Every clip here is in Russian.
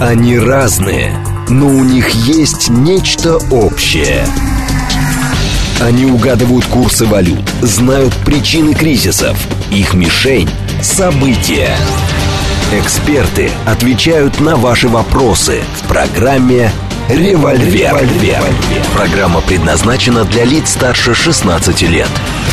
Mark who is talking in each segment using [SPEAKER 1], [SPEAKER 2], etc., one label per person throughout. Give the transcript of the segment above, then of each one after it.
[SPEAKER 1] Они разные, но у них есть нечто общее. Они угадывают курсы валют, знают причины кризисов. Их мишень – события. Эксперты отвечают на ваши вопросы в программе «Револьвер». Программа предназначена для лиц старше 16 лет.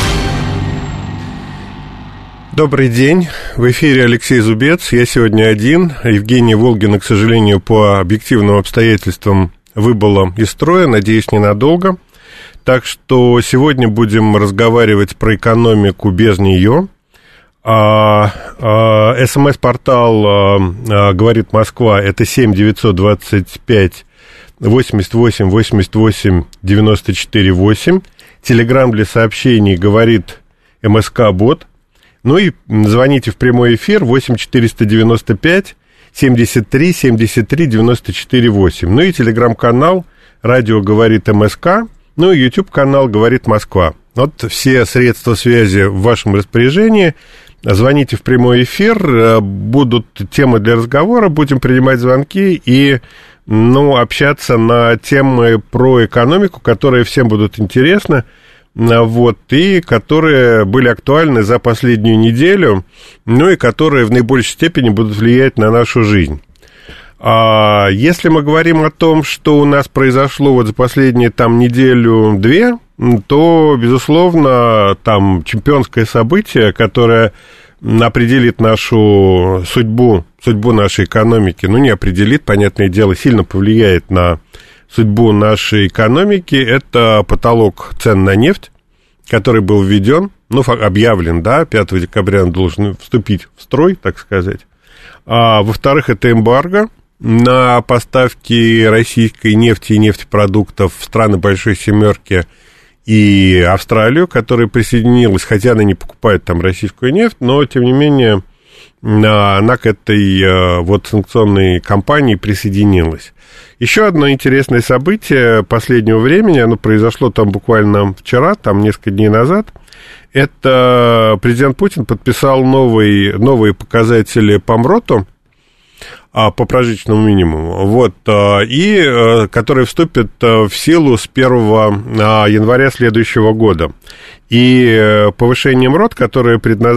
[SPEAKER 2] Добрый день, в эфире Алексей Зубец, я сегодня один. Евгения Волгина, к сожалению, по объективным обстоятельствам выбыла из строя, надеюсь, ненадолго. Так что сегодня будем разговаривать про экономику без нее. СМС-портал «Говорит Москва» — это 7-925-88-88-94-8. Телеграм для сообщений «Говорит МСК-бот». Ну и звоните в прямой эфир 8-495-73-73-94-8. Ну и телеграм-канал «Радио говорит МСК». Ну и YouTube-канал «Говорит Москва». Вот все средства связи в вашем распоряжении. Звоните в прямой эфир, будут темы для разговора, будем принимать звонки и общаться на темы про экономику, которые всем будут интересны. И которые были актуальны за последнюю неделю, и которые в наибольшей степени будут влиять на нашу жизнь. Если мы говорим о том, что у нас произошло за последние неделю-две, то, безусловно, чемпионское событие, которое определит нашу судьбу нашей экономики, не определит, понятное дело, сильно повлияет на судьбу нашей экономики, это потолок цен на нефть, который был введен, объявлен, 5 декабря он должен вступить в строй, так сказать. Во-вторых, это эмбарго на поставки российской нефти и нефтепродуктов в страны Большой Семерки и Австралию, которая присоединилась, хотя она не покупает там российскую нефть, но, тем не менее, она к этой санкционной кампании присоединилась. Еще одно интересное событие последнего времени, оно произошло буквально вчера, несколько дней назад, это президент Путин подписал новые показатели по МРОТу, по прожиточному минимуму, и которые вступят в силу с 1 января следующего года. И повышение МРОТ, которое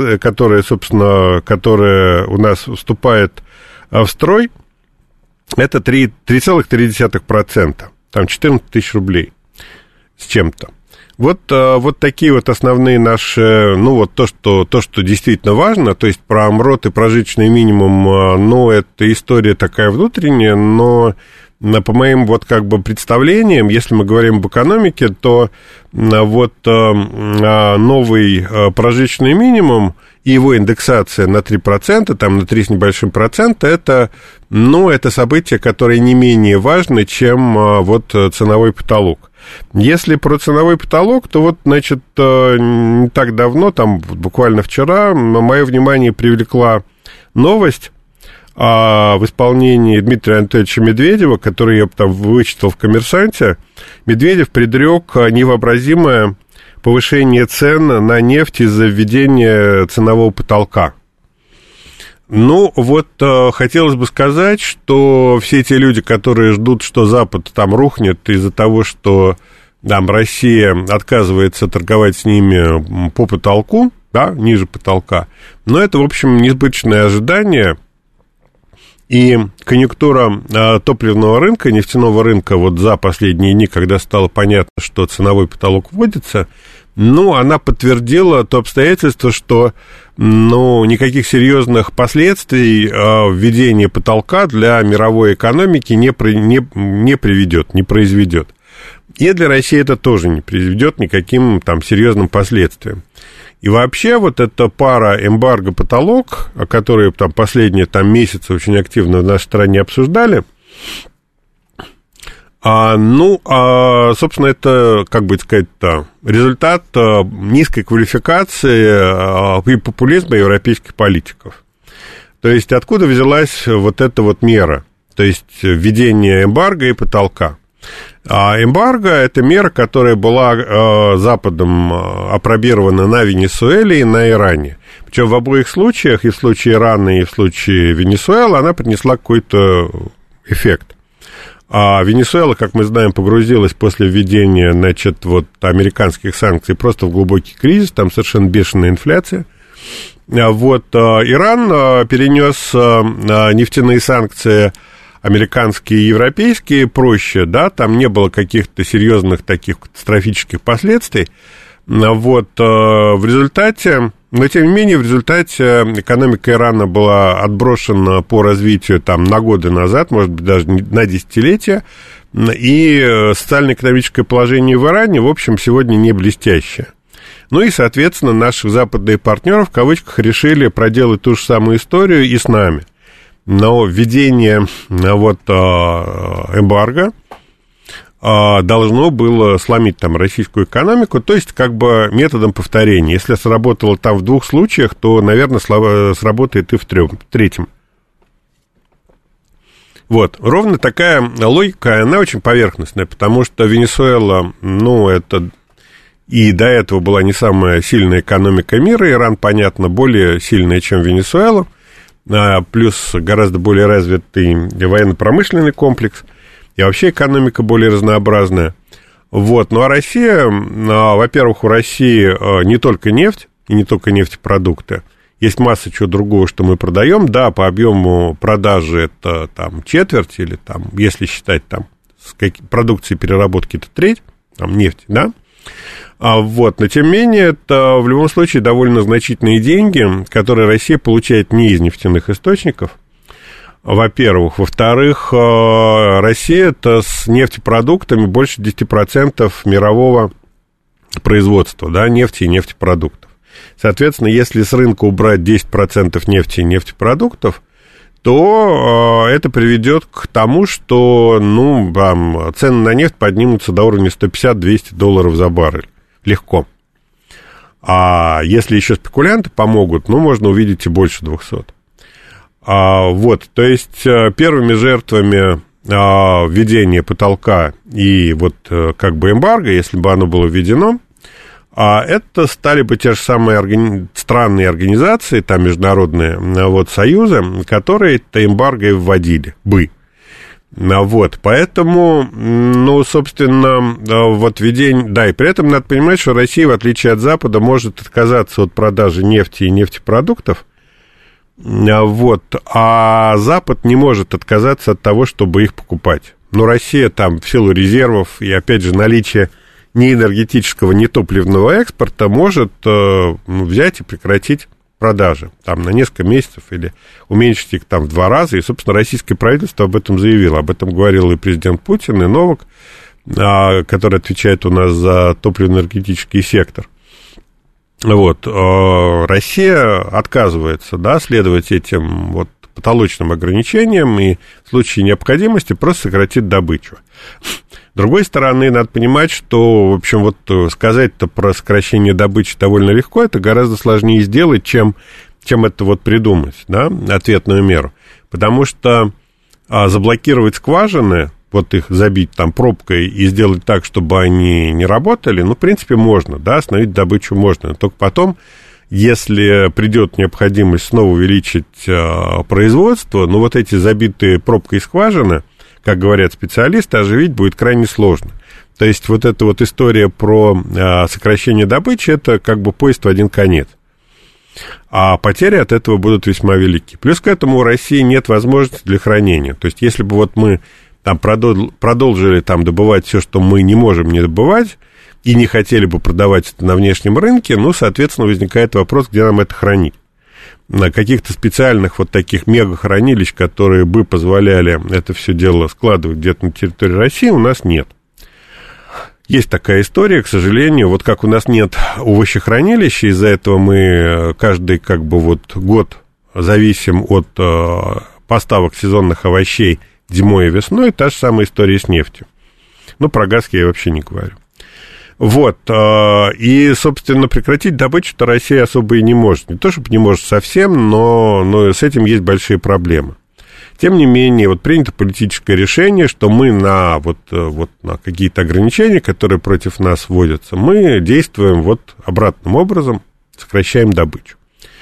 [SPEAKER 2] у нас вступает в строй, это 3,3%, 14 тысяч рублей с чем-то. Вот такие основные наши, то, что действительно важно, то есть про МРОТ и прожиточный минимум, это история такая внутренняя, но по моим представлениям, если мы говорим об экономике, то новый прожиточный минимум и его индексация на 3%, на 3 с небольшим процента, это событие, которое не менее важно, чем ценовой потолок. Если про ценовой потолок, то не так давно, буквально вчера, мое внимание привлекла новость в исполнении Дмитрия Анатольевича Медведева, который я вычитал в «Коммерсанте». Медведев предрек невообразимое повышение цен на нефть из-за введения ценового потолка. Хотелось бы сказать, что все эти люди, которые ждут, что Запад рухнет из-за того, что Россия отказывается торговать с ними по потолку, ниже потолка, но это, в общем, несбыточное ожидание. И конъюнктура топливного рынка, нефтяного рынка за последние дни, когда стало понятно, что ценовой потолок вводится, она подтвердила то обстоятельство, что никаких серьезных последствий введение потолка для мировой экономики не приведет, не произведет. И для России это тоже не приведет никаким серьезным последствиям. И вообще эта пара эмбарго-потолок, о которой последние месяцы очень активно в нашей стране обсуждали, собственно, это, результат низкой квалификации и популизма европейских политиков. То есть, откуда взялась эта мера, то есть, введение эмбарго и потолка. Эмбарго – это мера, которая была Западом апробирована на Венесуэле и на Иране. Причем в обоих случаях, и в случае Ирана, и в случае Венесуэлы, она принесла какой-то эффект. А Венесуэла, как мы знаем, погрузилась после введения, значит, вот, американских санкций просто в глубокий кризис, там совершенно бешеная инфляция. Вот, Иран перенес нефтяные санкции американские и европейские проще, да, там не было каких-то серьезных таких катастрофических последствий. Вот, в результате, но тем не менее, в результате экономика Ирана была отброшена по развитию там на годы назад, может быть, даже на десятилетия, и социально-экономическое положение в Иране, в общем, сегодня не блестящее. Ну и, соответственно, наши западные партнеры, в кавычках, решили проделать ту же самую историю и с нами. Но введение вот эмбарго должно было сломить там российскую экономику, то есть как бы методом повторения. Если сработало там в 2 случаях, то, наверное, сработает и в третьем. Вот, ровно такая логика, она очень поверхностная, потому что Венесуэла, ну, это и до этого была не самая сильная экономика мира, Иран, понятно, более сильная, чем Венесуэла, плюс гораздо более развитый военно-промышленный комплекс, и вообще экономика более разнообразная. Вот. Ну, а Россия, во-первых, у России не только нефть и не только нефтепродукты. Есть масса чего другого, что мы продаем. Да, по объему продажи это там четверть или там, если считать там с продукцией переработки, это треть, там нефть, да. Вот. Но тем не менее, это в любом случае довольно значительные деньги, которые Россия получает не из нефтяных источников. Во-первых. Во-вторых, Россия-то с нефтепродуктами больше 10% мирового производства, да, нефти и нефтепродуктов. Соответственно, если с рынка убрать 10% нефти и нефтепродуктов, то это приведет к тому, что, ну, там, цены на нефть поднимутся до уровня $150-200 за баррель. Легко. А если еще спекулянты помогут, ну, можно увидеть и больше 200. Вот, то есть первыми жертвами введения потолка и вот как бы эмбарго, если бы оно было введено, это стали бы те же самые странные организации, там международные вот, союзы, которые это эмбарго и вводили бы. Вот, поэтому, ну, собственно, вот введение, да, и при этом надо понимать, что Россия, в отличие от Запада, может отказаться от продажи нефти и нефтепродуктов, вот, а Запад не может отказаться от того, чтобы их покупать. Но Россия там в силу резервов и, опять же, наличия ни энергетического, ни топливного экспорта может взять и прекратить продажи там на несколько месяцев или уменьшить их там в 2 раза. И, собственно, российское правительство об этом заявило. Об этом говорил и президент Путин, и Новак, который отвечает у нас за топливно-энергетический сектор. Вот, Россия отказывается, да, следовать этим вот потолочным ограничениям и в случае необходимости просто сократит добычу. С другой стороны, надо понимать, что, в общем, вот сказать-то про сокращение добычи довольно легко, это гораздо сложнее сделать, чем это вот придумать, да, ответную меру. Потому что заблокировать скважины, вот их забить там пробкой и сделать так, чтобы они не работали, ну, в принципе, можно, да, остановить добычу можно. Только потом, если придет необходимость снова увеличить производство, ну, вот эти забитые пробкой скважины, как говорят специалисты, оживить будет крайне сложно. То есть вот эта вот история про сокращение добычи, это как бы поезд в один конец. А потери от этого будут весьма велики. Плюс к этому у России нет возможности для хранения. То есть если бы вот мы там продолжили там добывать все, что мы не можем не добывать, и не хотели бы продавать это на внешнем рынке, ну, соответственно, возникает вопрос, где нам это хранить. На каких-то специальных вот таких мегахранилищ, которые бы позволяли это все дело складывать где-то на территории России, у нас нет. Есть такая история, к сожалению, вот как у нас нет овощехранилища, из-за этого мы каждый как бы вот год зависим от поставок сезонных овощей зимой и весной, та же самая история с нефтью. Ну, про газ я вообще не говорю. Вот, и, собственно, прекратить добычу-то Россия особо и не может. Не то, чтобы не может совсем, но с этим есть большие проблемы. Тем не менее, вот принято политическое решение, что мы на на какие-то ограничения, которые против нас вводятся, мы действуем вот обратным образом, сокращаем добычу.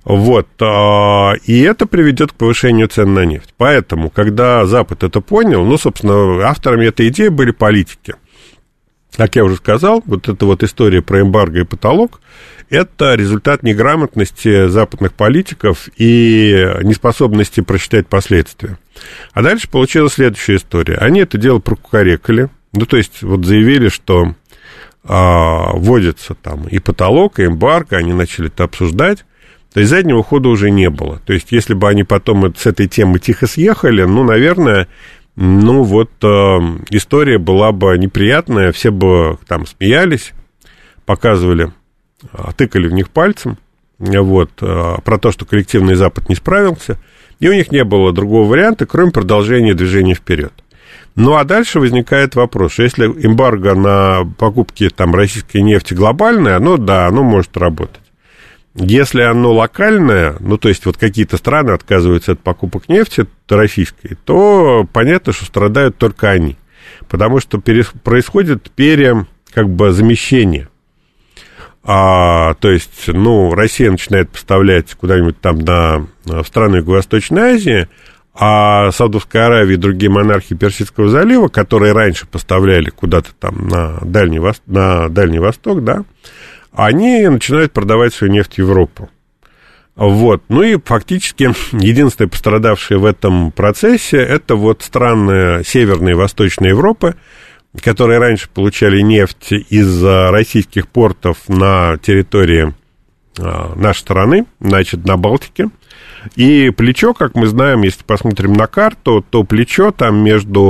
[SPEAKER 2] Вот, и это приведет к повышению цен на нефть. Поэтому, когда Запад это понял, ну, собственно, авторами этой идеи были политики. Как я уже сказал, вот эта вот история про эмбарго и потолок – это результат неграмотности западных политиков и неспособности просчитать последствия. А дальше получилась следующая история. Они это дело прокукарекали, ну, то есть, вот заявили, что вводится там и потолок, и эмбарго, они начали это обсуждать. То есть заднего хода уже не было. То есть если бы они потом с этой темы тихо съехали, ну, наверное, ну, вот история была бы неприятная, все бы там смеялись, показывали, тыкали в них пальцем, вот, про то, что коллективный Запад не справился, и у них не было другого варианта, кроме продолжения движения вперед. Ну, а дальше возникает вопрос, что если эмбарго на покупки там российской нефти глобальное, ну, да, оно может работать. Если оно локальное, ну, то есть вот какие-то страны отказываются от покупок нефти российской, то понятно, что страдают только они, потому что происходит замещение. То есть, ну, Россия начинает поставлять куда-нибудь там в страны Юго-Восточной Азии, а Саудовская Аравия и другие монархии Персидского залива, которые раньше поставляли куда-то там на Дальний Восток, да, они начинают продавать свою нефть в Европу. Вот. Ну и фактически единственное пострадавшее в этом процессе это вот страны Северной и Восточной Европы, которые раньше получали нефть из российских портов на территории нашей страны, значит, на Балтике. И плечо, как мы знаем, если посмотрим на карту, то плечо там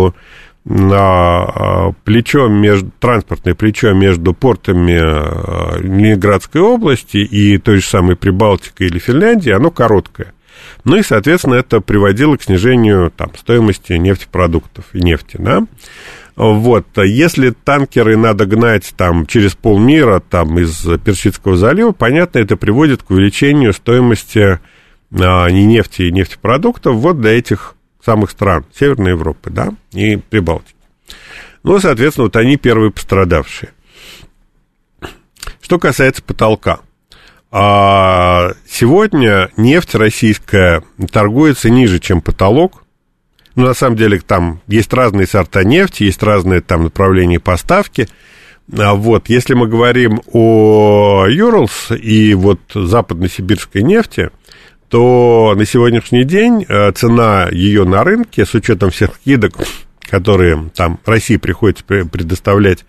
[SPEAKER 2] транспортное плечо между портами Ленинградской области и той же самой Прибалтикой или Финляндии, оно короткое. Ну и, соответственно, это приводило к снижению там стоимости нефтепродуктов и нефти, да. Вот, если танкеры надо гнать там через полмира там из Персидского залива, понятно, это приводит к увеличению стоимости не нефти и нефтепродуктов вот до этих самых стран Северной Европы, да, и Прибалтики. Ну, соответственно, вот они первые пострадавшие. Что касается потолка. Сегодня нефть российская торгуется ниже, чем потолок. Ну, на самом деле, там есть разные сорта нефти, есть разные там направления поставки. Вот, если мы говорим о Urals и вот западно-сибирской нефти, то на сегодняшний день цена ее на рынке, с учетом всех скидок, которые там России приходится предоставлять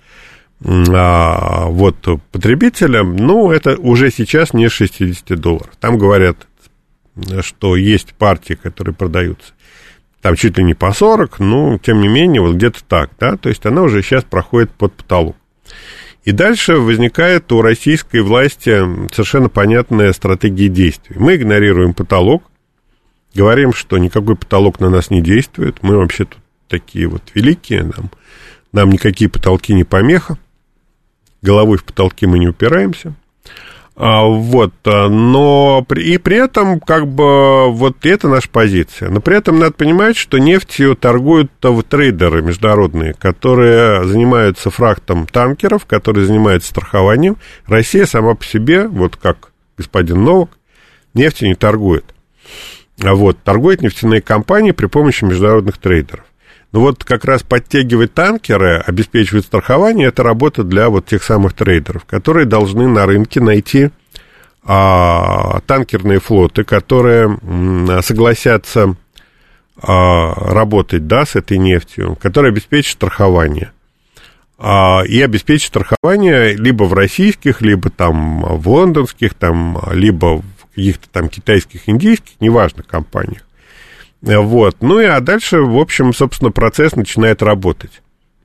[SPEAKER 2] вот потребителям, ну, это уже сейчас не $60. Там говорят, что есть партии, которые продаются там чуть ли не по 40, но, тем не менее, вот где-то так, да, то есть она уже сейчас проходит под потолок. И дальше возникает у российской власти совершенно понятная стратегия действий. Мы игнорируем потолок, говорим, что никакой потолок на нас не действует, мы вообще тут такие вот великие, нам никакие потолки не помеха, головой в потолки мы не упираемся. Вот, но и при этом, как бы, вот это наша позиция. Но при этом надо понимать, что нефтью торгуют трейдеры международные, которые занимаются фрахтом танкеров, которые занимаются страхованием. Россия сама по себе, вот как господин Новак, нефтью не торгует. Вот, торгуют нефтяные компании при помощи международных трейдеров. Но вот как раз подтягивать танкеры, обеспечивать страхование, это работа для вот тех самых трейдеров, которые должны на рынке найти танкерные флоты, которые согласятся работать, да, с этой нефтью, которые обеспечат страхование. И обеспечат страхование либо в российских, либо там в лондонских, там, либо в каких-то там китайских, индийских, неважно, компаниях. Вот. Ну и а дальше, в общем, собственно, процесс начинает работать.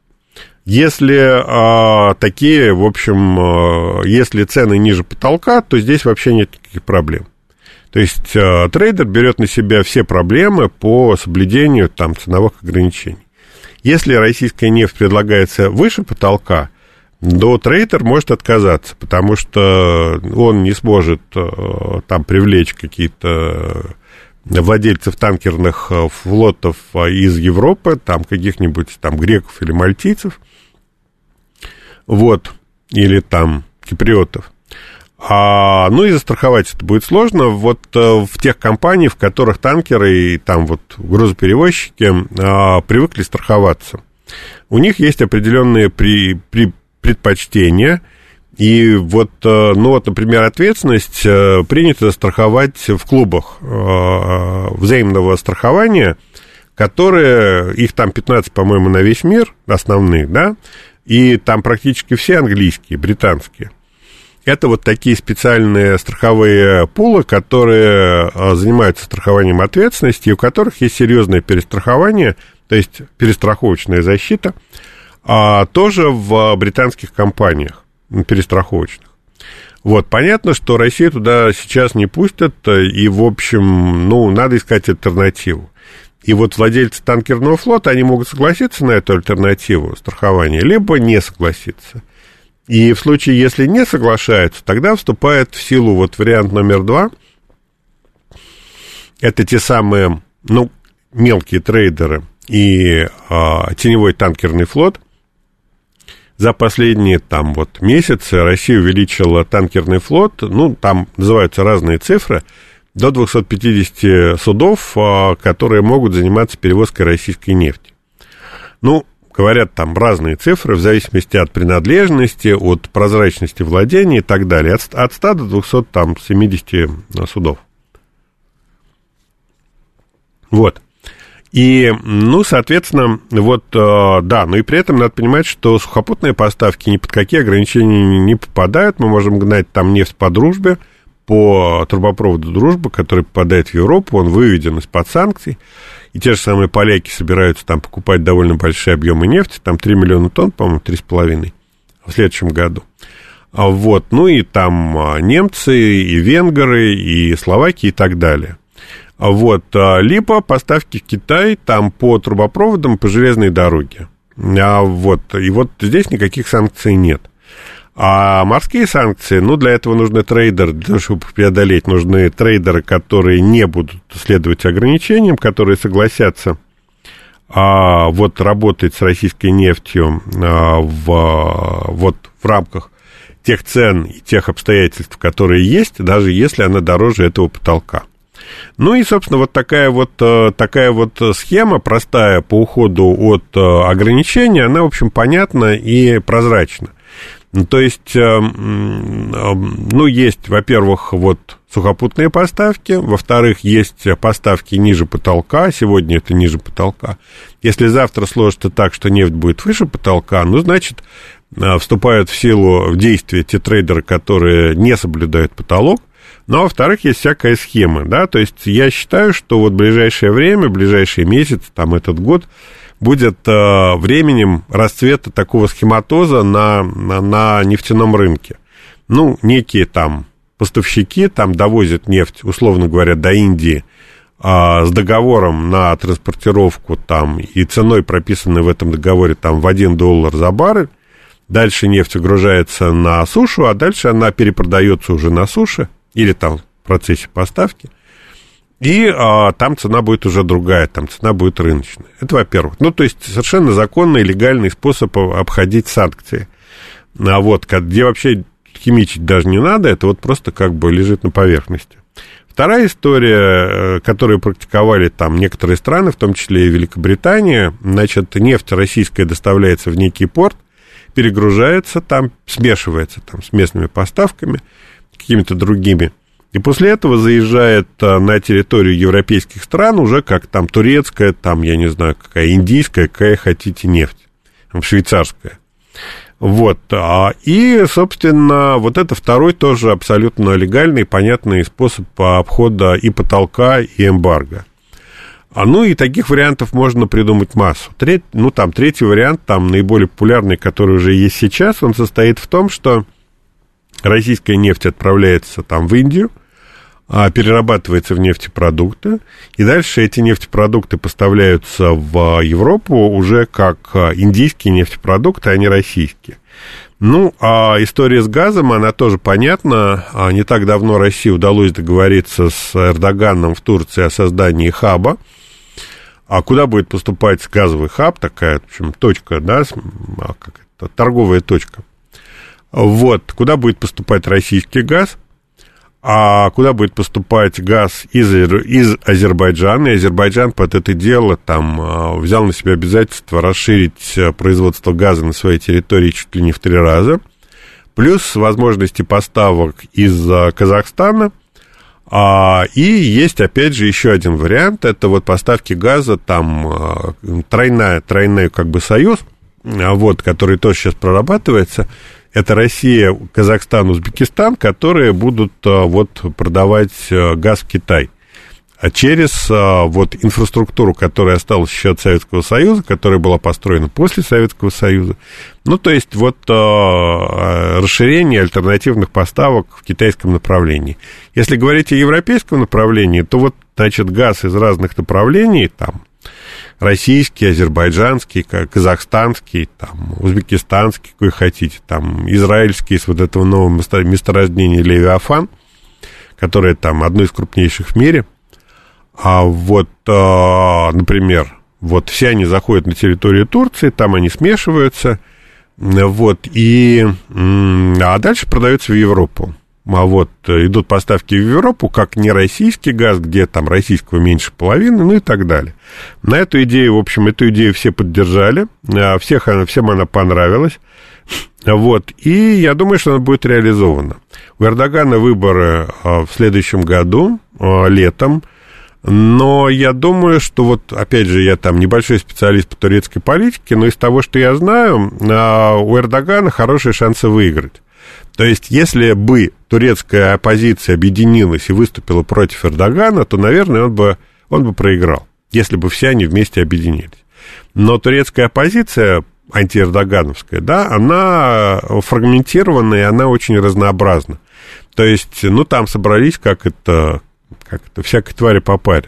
[SPEAKER 2] Если такие, в общем, если цены ниже потолка, то здесь вообще нет никаких проблем. То есть трейдер берет на себя все проблемы по соблюдению там ценовых ограничений. Если российская нефть предлагается выше потолка, то трейдер может отказаться, потому что он не сможет там привлечь какие-то владельцев танкерных флотов из Европы, там каких-нибудь там греков или мальтийцев, вот, или там киприотов. Ну и застраховать это будет сложно. Вот в тех компаниях, в которых танкеры и там вот грузоперевозчики привыкли страховаться, у них есть определенные предпочтения. И вот, ну вот, например, ответственность принято страховать в клубах взаимного страхования, которые, их там 15, по-моему, на весь мир, основных, да, и там практически все английские, британские. Это вот такие специальные страховые пулы, которые занимаются страхованием ответственности, у которых есть серьезное перестрахование, то есть перестраховочная защита, тоже в британских компаниях перестраховочных. Вот, понятно, что Россию туда сейчас не пустят, и, в общем, ну, надо искать альтернативу. И вот владельцы танкерного флота, они могут согласиться на эту альтернативу страхования, либо не согласиться. И в случае, если не соглашаются, тогда вступает в силу вот вариант номер 2. Это те самые, ну, мелкие трейдеры и теневой танкерный флот. За последние там вот месяцы Россия увеличила танкерный флот, ну, там называются разные цифры, до 250 судов, которые могут заниматься перевозкой российской нефти. Ну, говорят там разные цифры в зависимости от принадлежности, от прозрачности владения и так далее. От 100 до 270 судов. Вот. И, ну, соответственно, вот, да, но и при этом надо понимать, что сухопутные поставки ни под какие ограничения не попадают. Мы можем гнать там нефть по дружбе, по трубопроводу «Дружба», который попадает в Европу, он выведен из-под санкций. И те же самые поляки собираются там покупать довольно большие объемы нефти, там 3 миллиона тонн, по-моему, 3,5 в следующем году. Вот, ну и там немцы, и венгры, и словаки, и так далее. Вот, либо поставки в Китай там по трубопроводам, по железной дороге. Вот, и вот здесь никаких санкций нет. А морские санкции, ну, для этого нужны трейдеры, для того, чтобы преодолеть, нужны трейдеры, которые не будут следовать ограничениям, которые согласятся вот работать с российской нефтью вот в рамках тех цен и тех обстоятельств, которые есть, даже если она дороже этого потолка. Ну и, собственно, вот такая вот схема простая по уходу от ограничений, она, в общем, понятна и прозрачна. То есть, ну, есть, во-первых, вот сухопутные поставки, во-вторых, есть поставки ниже потолка, сегодня это ниже потолка. Если завтра сложится так, что нефть будет выше потолка, ну, значит, вступают в силу, в действие те трейдеры, которые не соблюдают потолок. Ну, а во-вторых, есть всякая схема, да, то есть я считаю, что вот в ближайшее время, ближайший месяц, там, этот год, будет временем расцвета такого схематоза на нефтяном рынке. Ну, некие там поставщики там довозят нефть, условно говоря, до Индии с договором на транспортировку там и ценой, прописанной в этом договоре, там в $1 за баррель. Дальше нефть выгружается на сушу, а дальше она перепродается уже на суше или там в процессе поставки. И там цена будет уже другая, там цена будет рыночная. Это во-первых. Ну, то есть, совершенно законный, легальный способ обходить санкции. А вот, где вообще химичить даже не надо, это вот просто как бы лежит на поверхности. Вторая история, которую практиковали там некоторые страны, в том числе и Великобритания, значит, нефть российская доставляется в некий порт, перегружается там, смешивается там с местными поставками, какими-то другими. И после этого заезжает на территорию европейских стран уже как там турецкая, там, я не знаю, какая индийская, какая хотите нефть, там, швейцарская. Вот. И, собственно, вот это второй тоже абсолютно легальный, понятный способ обхода и потолка, и эмбарго. Ну, и таких вариантов можно придумать массу. Третий вариант, там, наиболее популярный, который уже есть сейчас, он состоит в том, что российская нефть отправляется там в Индию, перерабатывается в нефтепродукты, и дальше эти нефтепродукты поставляются в Европу уже как индийские нефтепродукты, а не российские. Ну, а история с газом, она тоже понятна. Не так давно России удалось договориться с Эрдоганом в Турции о создании хаба. А куда будет поступать газовый хаб, такая, в общем, точка, да, торговая точка. Вот, куда будет поступать российский газ, а куда будет поступать газ из Азербайджана. И Азербайджан под это дело там взял на себя обязательство расширить производство газа на своей территории чуть ли не в 3 раза. Плюс возможности поставок из Казахстана. И есть, опять же, еще один вариант. Это вот поставки газа, там тройной как бы союз, вот, который тоже сейчас прорабатывается. Это Россия, Казахстан, Узбекистан, которые будут вот продавать газ в Китай. Через вот инфраструктуру, которая осталась еще от Советского Союза, которая была построена после Советского Союза. Ну, то есть, вот расширение альтернативных поставок в китайском направлении. Если говорить о европейском направлении, то вот, значит, газ из разных направлений, там, российский, азербайджанский, казахстанский, там, узбекистанский, какой хотите, там, израильский, с вот этого нового месторождения Левиафан, которое там одно из крупнейших в мире. А вот, например, вот все они заходят на территорию Турции, там они смешиваются, вот, а дальше продаются в Европу. А вот идут поставки в Европу, как не российский газ, где там российского меньше половины, ну и так далее. На эту идею, в общем, эту идею все поддержали, всем она понравилась. Вот, и я думаю, что она будет реализована. У Эрдогана выборы в следующем году, летом, но я думаю, что вот, опять же, я там небольшой специалист по турецкой политике, но из того, что я знаю, у Эрдогана хорошие шансы выиграть. То есть, если бы турецкая оппозиция объединилась и выступила против Эрдогана, то, наверное, он бы проиграл, если бы все они вместе объединились. Но турецкая оппозиция, антиэрдогановская, да, она фрагментирована, и она очень разнообразна. То есть, ну, там собрались, как это всякой твари по паре.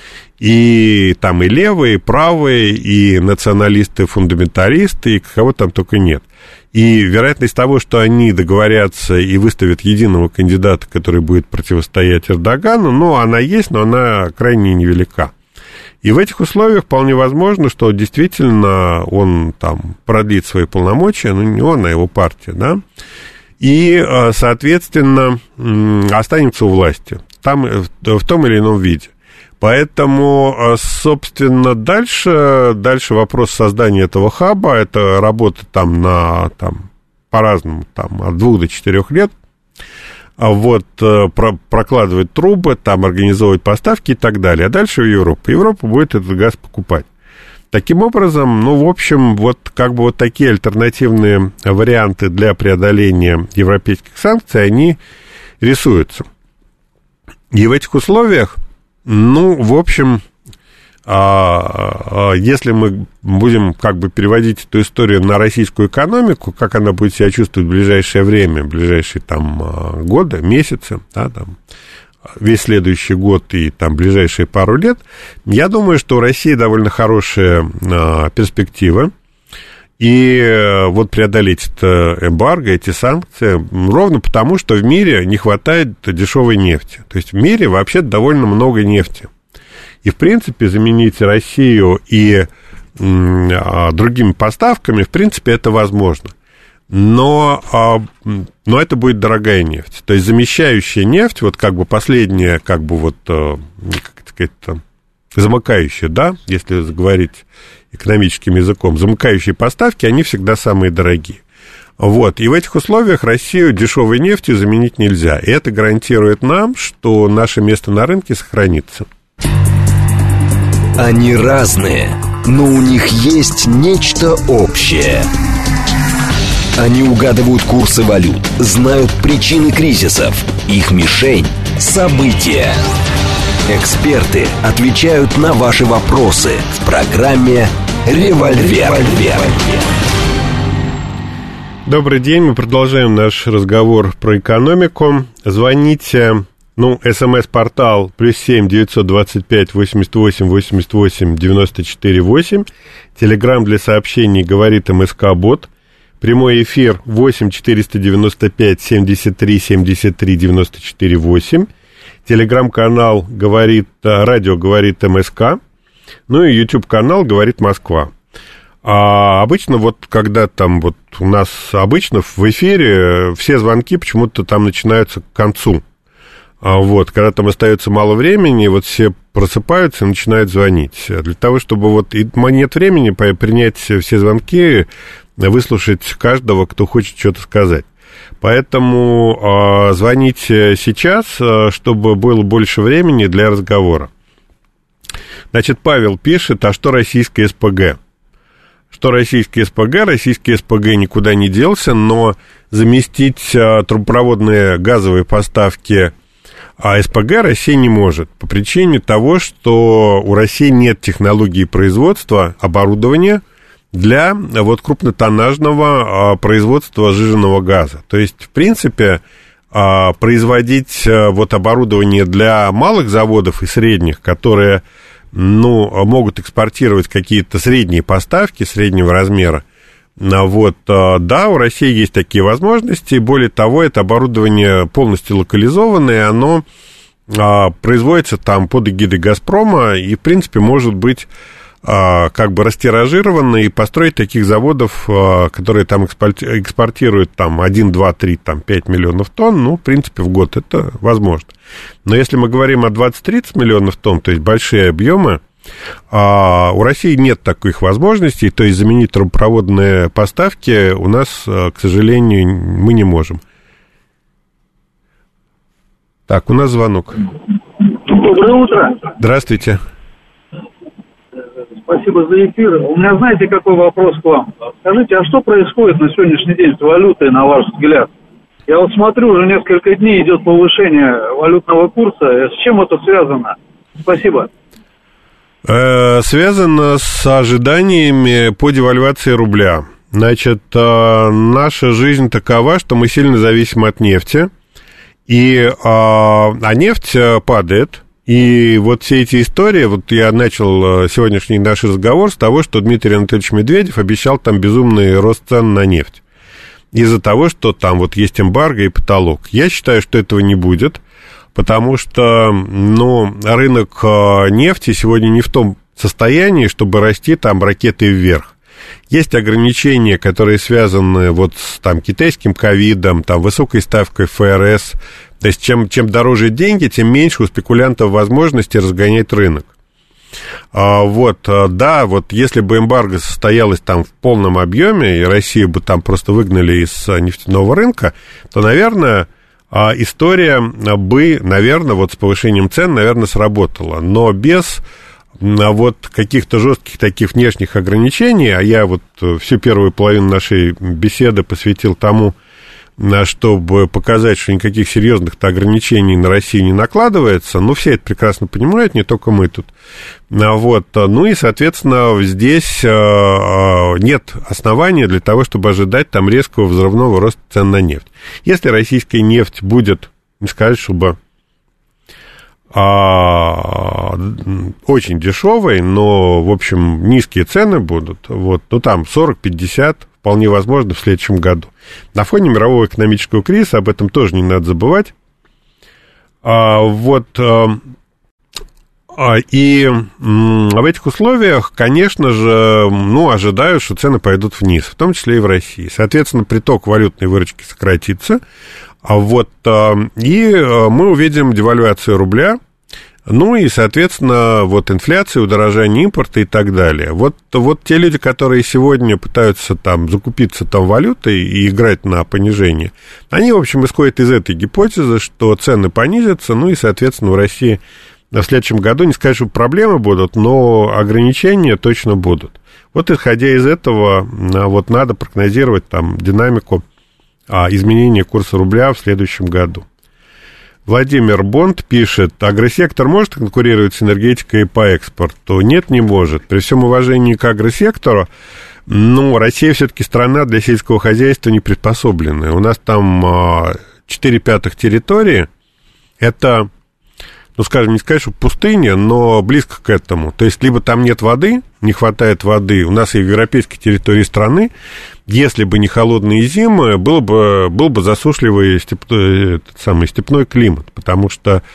[SPEAKER 2] И там и левые, и правые, и националисты, фундаменталисты, и кого там только нет. И вероятность того, что они договорятся и выставят единого кандидата, который будет противостоять Эрдогану, ну, она есть, но она крайне невелика. И в этих условиях вполне возможно, что действительно он там продлит свои полномочия, ну, не он, а его партия, да, и, соответственно, останется у власти, там, в том или ином виде. Поэтому, собственно, дальше вопрос создания этого хаба, это работа там по-разному, там, от 2 до 4 лет, вот, прокладывать трубы, там, организовывать поставки и так далее, а дальше в Европу. Европа будет этот газ покупать. Таким образом, ну, в общем, вот как бы вот такие альтернативные варианты для преодоления европейских санкций, они рисуются. И в этих условиях, ну, в общем, если мы будем как бы переводить эту историю на российскую экономику, как она будет себя чувствовать в ближайшее время, в ближайшие там годы, месяцы, да, там, весь следующий год и там ближайшие пару лет, я думаю, что у России довольно хорошая перспектива. И вот преодолеть это эмбарго, эти санкции, ровно потому, что в мире не хватает дешевой нефти. То есть в мире вообще довольно много нефти. И, в принципе, заменить Россию и другими поставками, в принципе, это возможно. Но это будет дорогая нефть. То есть замещающая нефть, вот как бы последняя, как бы вот, как сказать, замыкающая, да, если говорить экономическим языком, замыкающие поставки, они всегда самые дорогие. Вот, и в этих условиях Россию дешевой нефтью заменить нельзя. И это гарантирует нам, что наше место на рынке сохранится.
[SPEAKER 1] Они разные, но у них есть нечто общее. Они угадывают курсы валют, знают причины кризисов. Их мишень – события. Эксперты отвечают на ваши вопросы в программе «Револьвер».
[SPEAKER 2] Добрый день, мы продолжаем наш разговор про экономику. Звоните, СМС-портал +7 925 88 88 94 8. Телеграм для сообщений говорит МСК-бот. Прямой эфир 8 495 73 73 94 8. Телеграм-канал радио говорит МСК. Ну и YouTube-канал говорит Москва. А обычно вот, когда там вот у нас обычно в эфире все звонки почему-то там начинаются к концу. Вот, когда там остается мало времени, вот все просыпаются и начинают звонить. Для того, чтобы вот нет времени принять все звонки, выслушать каждого, кто хочет что-то сказать. Поэтому звоните сейчас, чтобы было больше времени для разговора. Значит, Павел пишет, а что российская СПГ? Что российский СПГ? Российский СПГ никуда не делся, но заместить трубопроводные газовые поставки СПГ Россия не может. По причине того, что у России нет технологии производства, оборудования для вот крупнотоннажного производства сжиженного газа. То есть, в принципе, производить вот оборудование для малых заводов и средних, которые могут экспортировать какие-то средние поставки среднего размера. Вот, да, у России есть такие возможности. Более того, это оборудование полностью локализованное, оно производится там под эгидой «Газпрома» и, в принципе, может быть как бы растиражировано и построить таких заводов, которые там экспортируют там 1, 2, 3, там 5 миллионов тонн, в принципе, в год это возможно. Но если мы говорим о 20-30 миллионов тонн, то есть большие объемы, у России нет таких возможностей, то есть заменить трубопроводные поставки у нас, к сожалению, мы не можем. Так, у нас звонок.
[SPEAKER 3] Доброе утро.
[SPEAKER 2] Здравствуйте.
[SPEAKER 3] Спасибо за эфир. У меня, знаете, какой вопрос к вам? Скажите, а что происходит на сегодняшний день с валютой, на ваш взгляд? Я вот смотрю, уже несколько дней идет повышение валютного курса. С чем это связано? Спасибо.
[SPEAKER 2] Связано с ожиданиями по девальвации рубля. Значит, наша жизнь такова, что мы сильно зависим от нефти, а нефть падает. И вот все эти истории, вот я начал сегодняшний наш разговор с того, что Дмитрий Анатольевич Медведев обещал там безумный рост цен на нефть. Из-за того, что там вот есть эмбарго и потолок. Я считаю, что этого не будет, потому что, рынок нефти сегодня не в том состоянии, чтобы расти там ракетой вверх. Есть ограничения, которые связаны вот с там китайским ковидом, там высокой ставкой ФРС. То есть, чем дороже деньги, тем меньше у спекулянтов возможности разгонять рынок. Да, если бы эмбарго состоялось там в полном объеме, и Россию бы там просто выгнали из нефтяного рынка, то, наверное, история бы, вот с повышением цен, наверное, сработала. Но без вот каких-то жестких таких внешних ограничений, а я вот всю первую половину нашей беседы посвятил тому, чтобы показать, что никаких серьезных ограничений на Россию не накладывается. Все это прекрасно понимают, не только мы тут. И, соответственно, здесь нет основания для того, чтобы ожидать там резкого взрывного роста цен на нефть. Если российская нефть будет, не сказать, чтобы очень дешевой, но, в общем, низкие цены будут, там 40-50, вполне возможно, в следующем году. На фоне мирового экономического кризиса, об этом тоже не надо забывать. И в этих условиях, конечно же, ожидают, что цены пойдут вниз, в том числе и в России. Соответственно, приток валютной выручки сократится, и мы увидим девальвацию рубля, и, соответственно, инфляция, удорожание импорта и так далее. Те люди, которые сегодня пытаются там закупиться там валютой и играть на понижение, они, в общем, исходят из этой гипотезы, что цены понизятся, и, соответственно, в России в следующем году, не сказать, что проблемы будут, но ограничения точно будут. Исходя из этого, надо прогнозировать там динамику изменения курса рубля в следующем году. Владимир Бонд пишет, агросектор может конкурировать с энергетикой по экспорту? Нет, не может. При всем уважении к агросектору, Россия все-таки страна для сельского хозяйства не приспособленная. У нас там 4/5 территории, это, скажем, не сказать, что пустыня, но близко к этому. То есть, либо там нет воды, не хватает воды, у нас и в европейской территории страны, если бы не холодные зимы, был бы засушливый степной климат, потому что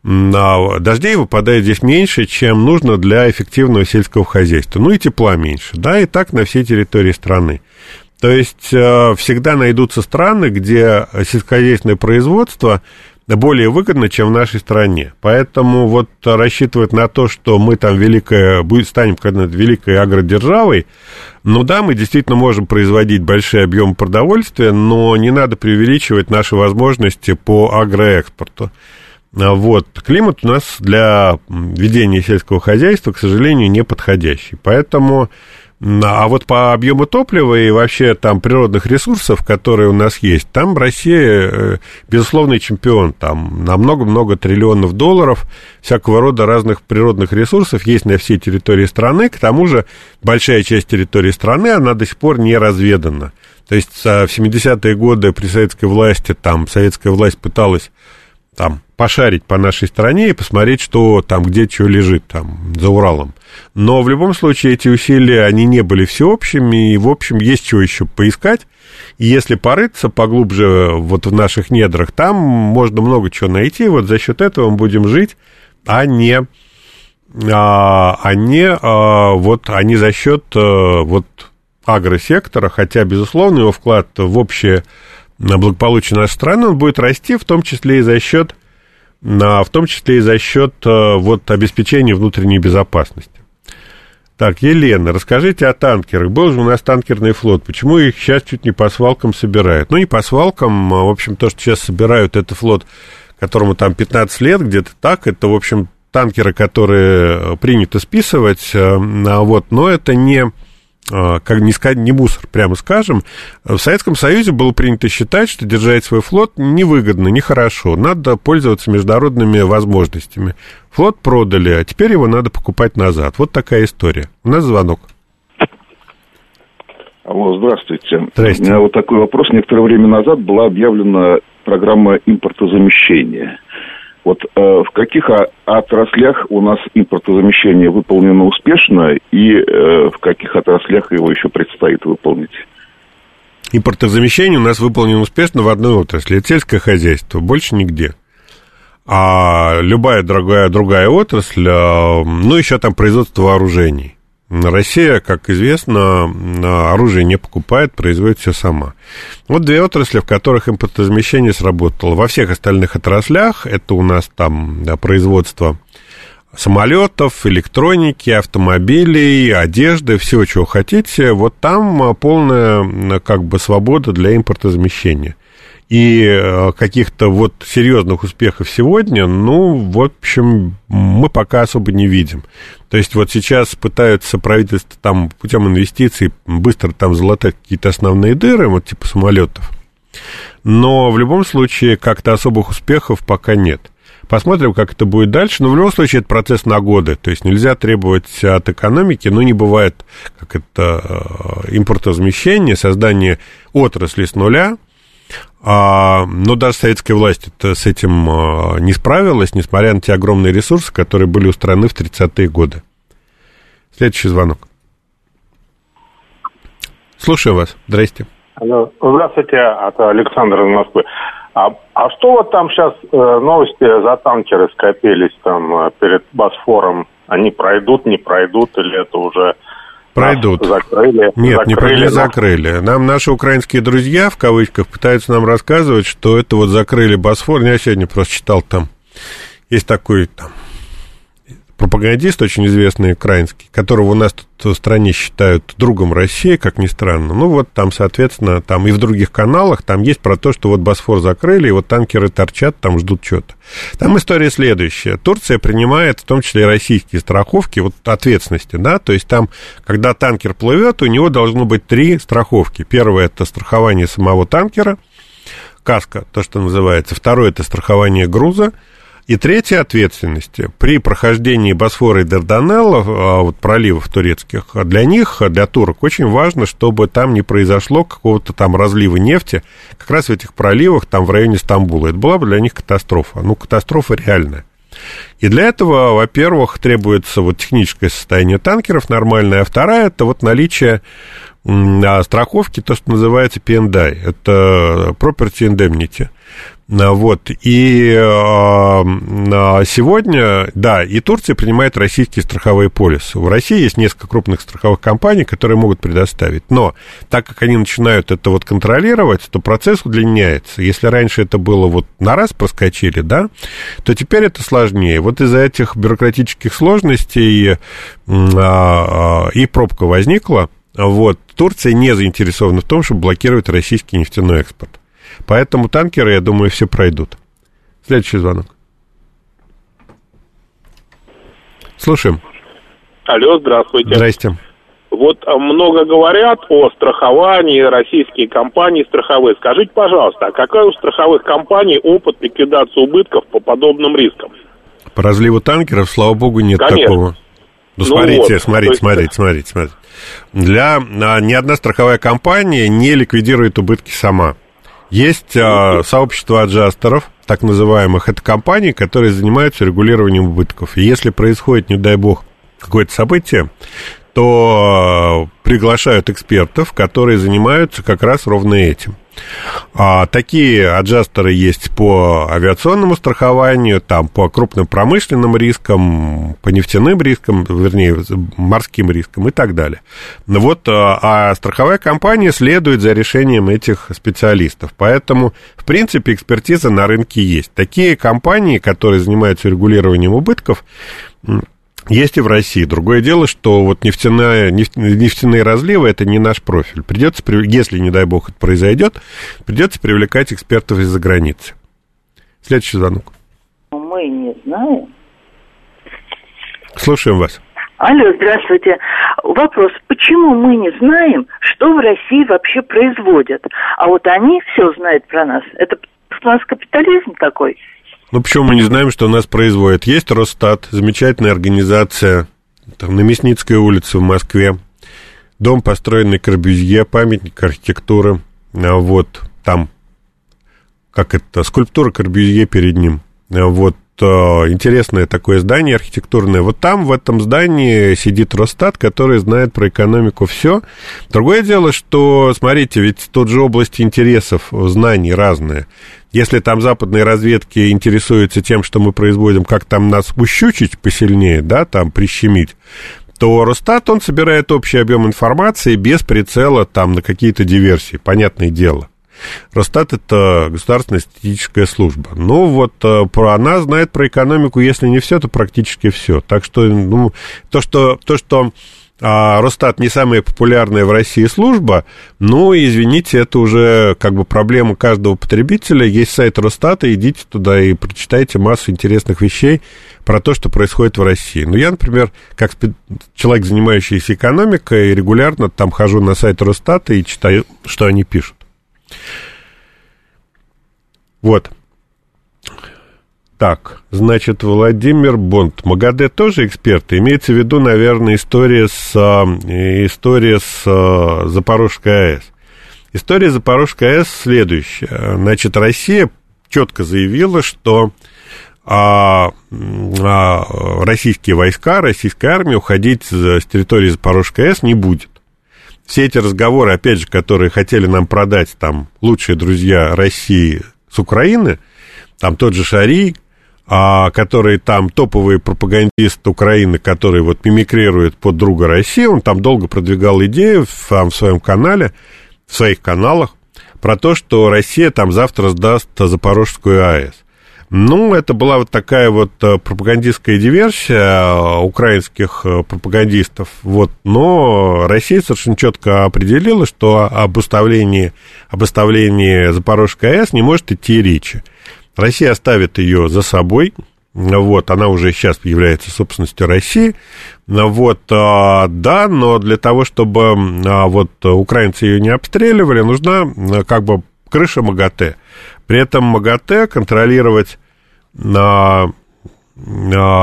[SPEAKER 2] дождей выпадает здесь меньше, чем нужно для эффективного сельского хозяйства. Ну и тепла меньше, да, и так на всей территории страны. То есть всегда найдутся страны, где сельскохозяйственное производство более выгодно, чем в нашей стране. Поэтому вот рассчитывать на то, что мы там станем когда-то великой агродержавой, ну да, мы действительно можем производить большие объемы продовольствия, но не надо преувеличивать наши возможности по агроэкспорту. Вот. Климат у нас для ведения сельского хозяйства, к сожалению, не подходящий. Поэтому... А вот по объему топлива и вообще там природных ресурсов, которые у нас есть, там Россия безусловный чемпион. Там на много-много триллионов долларов всякого рода разных природных ресурсов есть на всей территории страны. К тому же большая часть территории страны, она до сих пор не разведана. То есть в 70-е годы при советской власти, там советская власть пыталась там пошарить по нашей стране и посмотреть, что там, где что лежит, там, за Уралом. Но в любом случае эти усилия, они не были всеобщими, и, в общем, есть чего еще поискать. И если порыться поглубже вот в наших недрах, там можно много чего найти, вот за счет этого мы будем жить, а не за счет вот агросектора, хотя, безусловно, его вклад в общее благополучие нашей страны, он будет расти, в том числе и за счет вот обеспечения внутренней безопасности. Так, Елена, расскажите о танкерах. Был же у нас танкерный флот. Почему их сейчас чуть не по свалкам собирают? Ну, не по свалкам. В общем, то, что сейчас собирают, это флот, которому там 15 лет, где-то так. Это, в общем, танкеры, которые принято списывать. Вот, но это не мусор, прямо скажем. В Советском Союзе было принято считать, что держать свой флот невыгодно, нехорошо. Надо пользоваться международными возможностями. Флот продали, а теперь его надо покупать назад. Вот такая история. У нас звонок.
[SPEAKER 4] Алло, здравствуйте.
[SPEAKER 2] Здрасте.
[SPEAKER 4] У меня вот такой вопрос. Некоторое время назад была объявлена программа импортозамещения. Вот в каких отраслях у нас импортозамещение выполнено успешно и в каких отраслях его еще предстоит выполнить?
[SPEAKER 2] Импортозамещение у нас выполнено успешно в одной отрасли. Это сельское хозяйство, больше нигде. А любая другая отрасль, ну, еще там производство вооружений. Россия, как известно, оружие не покупает, производит все сама. Вот две отрасли, в которых импортозамещение сработало. Во всех остальных отраслях это у нас там производство самолетов, электроники, автомобилей, одежды, всего, чего хотите. Вот там полная как бы свобода для импортозамещения. И каких-то вот серьезных успехов сегодня, ну, в общем, мы пока особо не видим. То есть вот сейчас пытаются правительство там путем инвестиций быстро там залатать какие-то основные дыры, вот типа самолетов. Но в любом случае как-то особых успехов пока нет. Посмотрим, как это будет дальше. Но в любом случае это процесс на годы. То есть нельзя требовать от экономики, ну, не бывает, как это импортозамещение, создание отрасли с нуля. Но даже советская власть с этим не справилась, несмотря на те огромные ресурсы, которые были устроены в 30-е годы. Следующий звонок. Слушаю вас. Здрасте.
[SPEAKER 5] Здравствуйте, это Александр из Москвы. А что вот там сейчас новости за танкеры скопились там перед Босфором? Они пройдут, не пройдут, или это уже...
[SPEAKER 2] Пройдут.
[SPEAKER 5] Закрыли?
[SPEAKER 2] Нет, не закрыли. Нам наши украинские друзья, в кавычках, пытаются нам рассказывать, что это вот закрыли Босфор. Я сегодня просто читал там. Есть такой там пропагандист очень известный украинский, которого у нас тут в стране считают другом России, как ни странно. Ну вот там, соответственно, там и в других каналах там есть про то, что вот Босфор закрыли, и вот танкеры торчат, там ждут что-то. Там история следующая. Турция принимает в том числе и российские страховки вот ответственности, да, то есть там, когда танкер плывет, у него должно быть 3 страховки. Первое — это страхование самого танкера, каска, то, что называется. Второе — это страхование груза. И третье — ответственности. При прохождении Босфора и Дарданеллов, вот проливов турецких, для них, для турок, очень важно, чтобы там не произошло какого-то там разлива нефти, как раз в этих проливах, там в районе Стамбула. Это была бы для них катастрофа. Ну, катастрофа реальная. И для этого, во-первых, требуется вот техническое состояние танкеров нормальное, а вторая — это вот наличие страховки, то, что называется P&I, это Property Indemnity. Вот, и сегодня, да, и Турция принимает российские страховые полисы. В России есть несколько крупных страховых компаний, которые могут предоставить, но так как они начинают это вот контролировать, то процесс удлиняется. Если раньше это было вот на раз проскочили, да, то теперь это сложнее. Вот из-за этих бюрократических сложностей и пробка возникла. Вот, Турция не заинтересована в том, чтобы блокировать российский нефтяной экспорт. Поэтому танкеры, я думаю, все пройдут. Следующий звонок. Слушаем.
[SPEAKER 6] Алло, здравствуйте.
[SPEAKER 2] Здрасте.
[SPEAKER 6] Вот много говорят о страховании, российские компании страховые. Скажите, пожалуйста, а какой у страховых компаний опыт ликвидации убытков по подобным рискам?
[SPEAKER 2] По разливу танкеров, слава богу, нет. Конечно. Такого. Ну, смотрите. Ни одна страховая компания не ликвидирует убытки сама. Есть сообщество аджастеров, так называемых, это компании, которые занимаются регулированием убытков. И если происходит, не дай бог, какое-то событие, то приглашают экспертов, которые занимаются как раз ровно этим. Такие аджастеры есть по авиационному страхованию, там, по крупным промышленным рискам, по нефтяным рискам, вернее, морским рискам и так далее. Вот, а страховая компания следует за решением этих специалистов. Поэтому, в принципе, экспертиза на рынке есть. Такие компании, которые занимаются регулированием убытков, есть и в России. Другое дело, что вот нефтяные разливы – это не наш профиль. Придется, если, не дай бог, это произойдет, придется привлекать экспертов из-за границы. Следующий звонок.
[SPEAKER 7] Мы не знаем.
[SPEAKER 2] Слушаем вас.
[SPEAKER 7] Алло, здравствуйте. Вопрос, почему мы не знаем, что в России вообще производят? А вот они все знают про нас. Это у нас капитализм такой?
[SPEAKER 2] Ну, почему мы не знаем, что у нас производят? Есть Росстат, замечательная организация, там, на Мясницкой улице в Москве. Дом, построенный Корбюзье, памятник архитектуры. Вот, там, скульптура Корбюзье перед ним. Вот, интересное такое здание архитектурное. Вот там, в этом здании, сидит Росстат, который знает про экономику все. Другое дело, что, смотрите, ведь тут же области интересов, знаний разные. Если там западные разведки интересуются тем, что мы производим, как там нас ущучить посильнее, да, там прищемить, то Росстат, он собирает общий объем информации без прицела там на какие-то диверсии, понятное дело. Росстат – это государственная статистическая служба. Ну, вот она знает про экономику, если не все, то практически все. Так что, ну, то, что Росстат не самая популярная в России служба, ну, извините, это уже как бы проблема каждого потребителя. Есть сайт Росстата, идите туда и прочитайте массу интересных вещей про то, что происходит в России. Ну, я, например, как человек, занимающийся экономикой, регулярно там хожу на сайт Росстата и читаю, что они пишут. Вот. Так, значит, Владимир Бонд. МАГАТЭ тоже эксперты? Имеется в виду, наверное, история с Запорожской АЭС. История Запорожской АЭС следующая. Значит, Россия четко заявила, что российские войска, российская армия уходить с территории Запорожской АЭС не будет. Все эти разговоры, опять же, которые хотели нам продать там лучшие друзья России с Украины, там тот же Шарий, который там топовый пропагандист Украины, который вот мимикрирует под друга России, он там долго продвигал идею в своем канале, в своих каналах, про то, что Россия там завтра сдаст Запорожскую АЭС. Ну, это была вот такая вот пропагандистская диверсия украинских пропагандистов, вот, но Россия совершенно четко определила, что об оставлении Запорожской АЭС не может идти речи. Россия оставит ее за собой, вот, она уже сейчас является собственностью России, вот, да, но для того, чтобы вот украинцы ее не обстреливали, нужна как бы крыша МАГАТЭ. При этом МАГАТЭ контролировать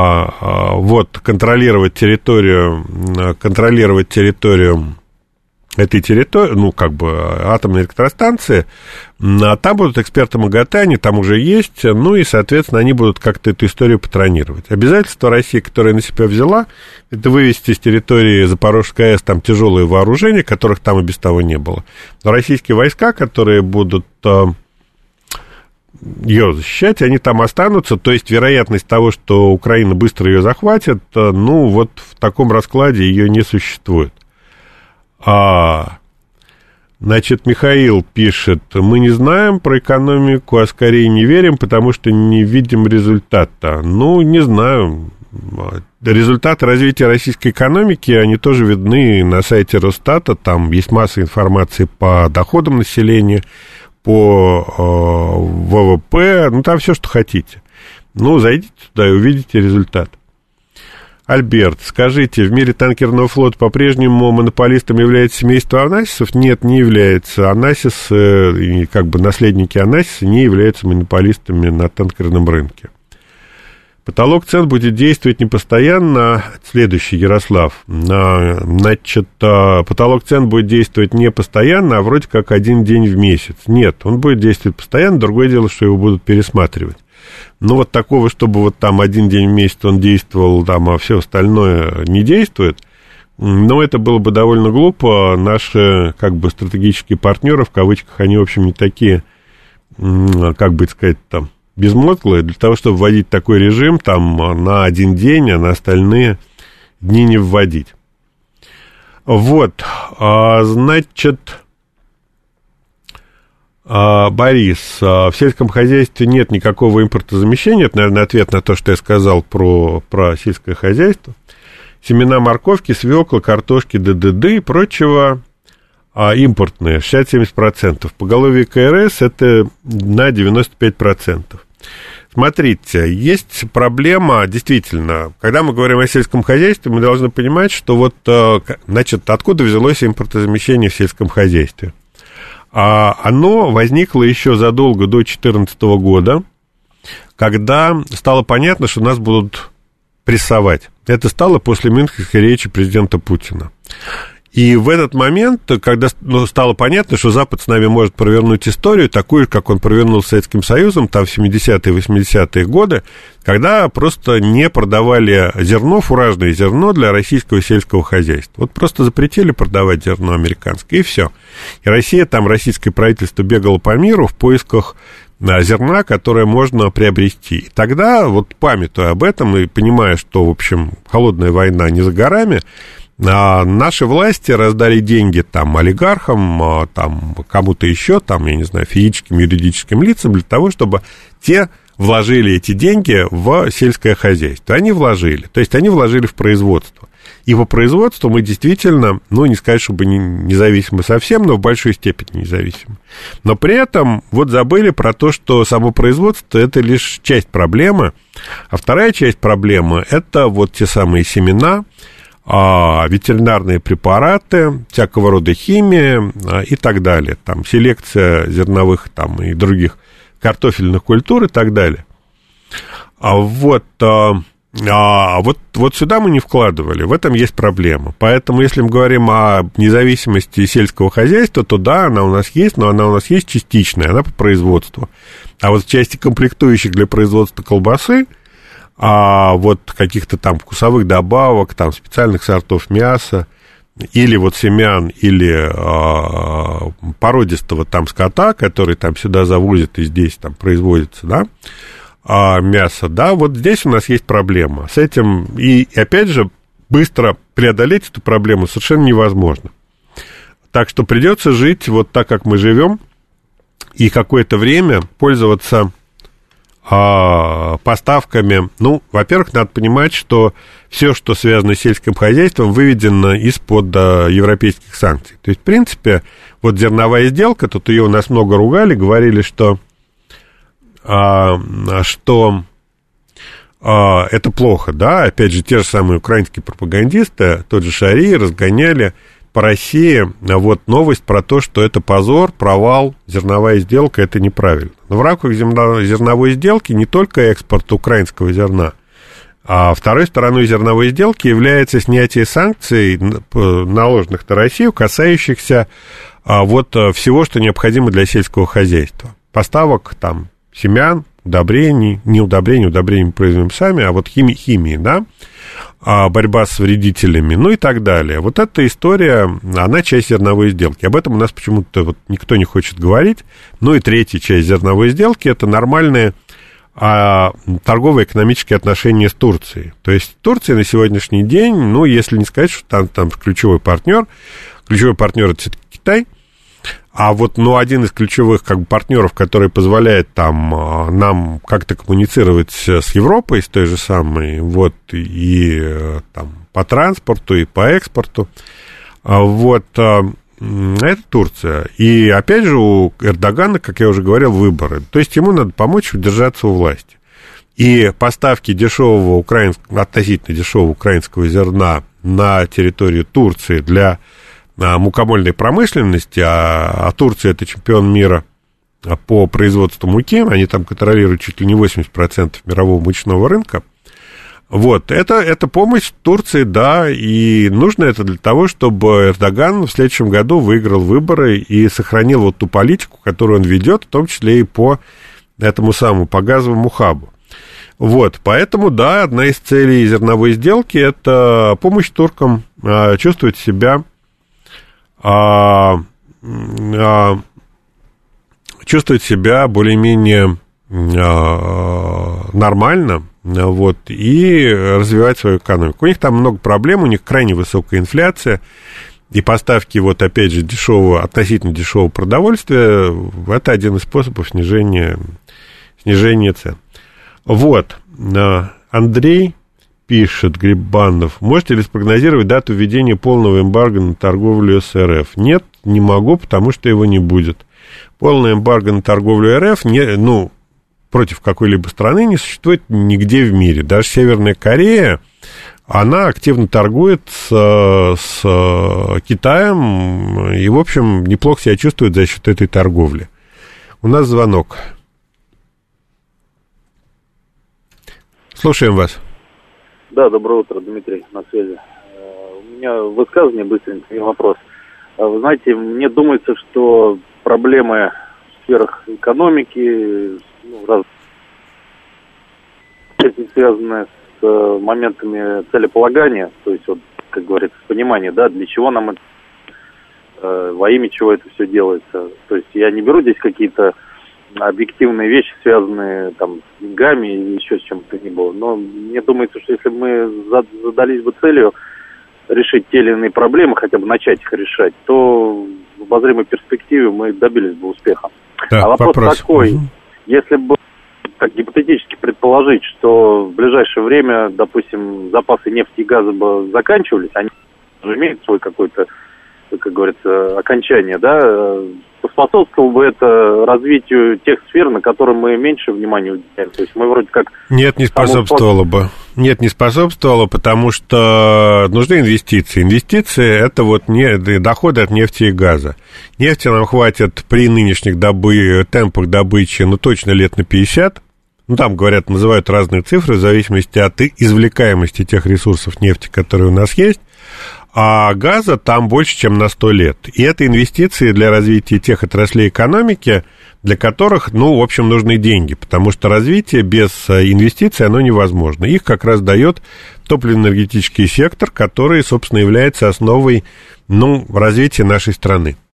[SPEAKER 2] территорию этой территории, ну, как бы, атомной электростанции, там будут эксперты МАГАТЭ, они там уже есть, ну, и, соответственно, они будут как-то эту историю патронировать. Обязательство России, которое на себя взяла, это вывести с территории Запорожской АЭС там тяжелые вооружения, которых там и без того не было. Но российские войска, которые будут ее защищать, они там останутся, то есть вероятность того, что Украина быстро ее захватит, ну, вот в таком раскладе ее не существует. Значит, Михаил пишет: мы не знаем про экономику, а скорее не верим, потому что не видим результата. Ну, не знаю. Результаты развития российской экономики, они тоже видны на сайте Росстата, там есть масса информации по доходам населения, по ВВП, ну, там все, что хотите. Ну, зайдите туда и увидите результат. Альберт, скажите, в мире танкерного флота по-прежнему монополистом является семейство Онасисов? Нет, не является. Онасис, как бы наследники Онасиса не являются монополистами на танкерном рынке. Потолок цен будет действовать не постоянно. Следующий, Ярослав. Значит, потолок цен будет действовать не постоянно, а вроде как один день в месяц. Нет, он будет действовать постоянно, другое дело, что его будут пересматривать. Ну, вот такого, чтобы вот там один день в месяц он действовал, там, а все остальное не действует, но это было бы довольно глупо. Наши, как бы, стратегические партнеры, в кавычках, они, в общем, не такие, как бы сказать, там, безмозглые, для того, чтобы вводить такой режим там на один день, а на остальные дни не вводить. Вот, значит... Борис, в сельском хозяйстве нет никакого импортозамещения. Это, наверное, ответ на то, что я сказал про сельское хозяйство. Семена морковки, свеклы, картошки, ДДД и прочего импортные, 60-70%. Поголовье КРС это на 95%. Смотрите, есть проблема, действительно, когда мы говорим о сельском хозяйстве, мы должны понимать, что вот, значит, откуда взялось импортозамещение в сельском хозяйстве. Оно возникло еще задолго до 2014 года, когда стало понятно, что нас будут прессовать. Это стало после Мюнхенской речи президента Путина. И в этот момент, когда стало понятно, что Запад с нами может провернуть историю, такую, как он провернул с Советским Союзом, там в 70-е, 80-е годы, когда просто не продавали зерно, фуражное зерно для российского сельского хозяйства. Вот просто запретили продавать зерно американское, и все. И Россия, там российское правительство бегало по миру в поисках зерна, которое можно приобрести. И тогда, вот памятуя об этом и понимая, что, в общем, холодная война не за горами, наши власти раздали деньги там олигархам, там кому-то еще, там, я не знаю, физическим, юридическим лицам, для того, чтобы те вложили эти деньги в сельское хозяйство. Они вложили, то есть они вложили в производство. И по производству мы действительно, ну, не сказать, чтобы независимы совсем, но в большой степени независимы. Но при этом вот забыли про то, что само производство – это лишь часть проблемы, а вторая часть проблемы – это вот те самые семена, ветеринарные препараты, всякого рода химия и так далее, там, селекция зерновых там, и других картофельных культур и так далее. Вот сюда мы не вкладывали, в этом есть проблема. Поэтому, если мы говорим о независимости сельского хозяйства, то да, она у нас есть, но она у нас есть частичная, она по производству. А вот в части комплектующих для производства колбасы, вот каких-то там вкусовых добавок, там специальных сортов мяса, или вот семян, или породистого там скота, который там сюда завозят и здесь там производится, да, мясо, да, вот здесь у нас есть проблема. С этим, и опять же, быстро преодолеть эту проблему совершенно невозможно. Так что придется жить вот так, как мы живем, и какое-то время пользоваться поставками. Ну, во-первых, надо понимать, что все, что связано с сельским хозяйством, выведено из-под европейских санкций. То есть, в принципе, вот зерновая сделка, тут ее у нас много ругали, говорили, что это плохо, да, опять же, те же самые украинские пропагандисты, тот же Шарий, разгоняли по России вот новость про то, что это позор, провал, зерновая сделка, это неправильно. Но в рамках зерновой сделки не только экспорт украинского зерна, А второй стороной зерновой сделки является снятие санкций, наложенных на Россию, касающихся вот всего, что необходимо для сельского хозяйства. Поставок там семян, удобрений, не удобрений, удобрений мы производим сами, а вот химии, да, борьба с вредителями, ну и так далее. Вот эта история, она часть зерновой сделки. Об этом у нас почему-то вот никто не хочет говорить. Ну и третья часть зерновой сделки – это нормальные торгово-экономические отношения с Турцией. То есть Турция на сегодняшний день, ну, если не сказать, что там ключевой партнер это все-таки Китай, а вот, ну, один из ключевых, как бы, партнеров, который позволяет там нам как-то коммуницировать с Европой, с той же самой, вот, и там по транспорту, и по экспорту, вот, это Турция. И, опять же, у Эрдогана, как я уже говорил, выборы. То есть ему надо помочь удержаться у власти. И поставки относительно дешевого украинского зерна на территорию Турции для мукомольной промышленности, а Турция – это чемпион мира по производству муки, они там контролируют чуть ли не 80% мирового мучного рынка. Вот, это помощь Турции, да, и нужно это для того, чтобы Эрдоган в следующем году выиграл выборы и сохранил вот ту политику, которую он ведет, в том числе и по этому самому, по газовому хабу. Вот, поэтому, да, одна из целей зерновой сделки – это помощь туркам чувствовать себя более-менее нормально, вот, и развивать свою экономику. У них там много проблем, у них крайне высокая инфляция, и поставки, вот, опять же, относительно дешевого продовольствия – это один из способов снижения цен. Вот, Андрей пишет, Грибанов, можете ли спрогнозировать дату введения полного эмбарго на торговлю с РФ? Нет, не могу, потому что его не будет. Полное эмбарго на торговлю РФ, против какой-либо страны не существует нигде в мире. Даже Северная Корея, она активно торгует с Китаем и, в общем, неплохо себя чувствует за счет этой торговли. У нас звонок. Слушаем вас.
[SPEAKER 8] Да, доброе утро, Дмитрий, на связи. У меня высказывание быстренько и вопрос. Вы знаете, мне думается, что проблемы в сферах экономики, связанные с моментами целеполагания, то есть, вот, как говорится, понимание, да, для чего нам это, во имя чего это все делается. То есть я не беру здесь какие-то объективные вещи, связанные там с деньгами или еще с чем-то ни было. Но мне думается, что если бы мы задались бы целью решить те или иные проблемы, хотя бы начать их решать, то в обозримой перспективе мы добились бы успеха.
[SPEAKER 2] Да,
[SPEAKER 8] а вопрос такой, если бы так гипотетически предположить, что в ближайшее время, допустим, запасы нефти и газа бы заканчивались, они же имеют свой какой-то, как говорится, окончание, да, поспособствовало бы это развитию тех сфер, на которые мы меньше внимания уделяем. То есть мы вроде как...
[SPEAKER 2] Нет, не способствовало бы. Нет, не способствовало, потому что нужны инвестиции. Инвестиции – это вот доходы от нефти и газа. Нефти нам хватит при нынешних темпах добычи, точно лет на 50. Там, говорят, называют разные цифры в зависимости от извлекаемости тех ресурсов нефти, которые у нас есть. А газа там больше, чем на 100 лет. И это инвестиции для развития тех отраслей экономики, для которых, в общем, нужны деньги, потому что развитие без инвестиций, оно невозможно. Их как раз дает топливно-энергетический сектор, который, собственно, является основой, развития нашей страны.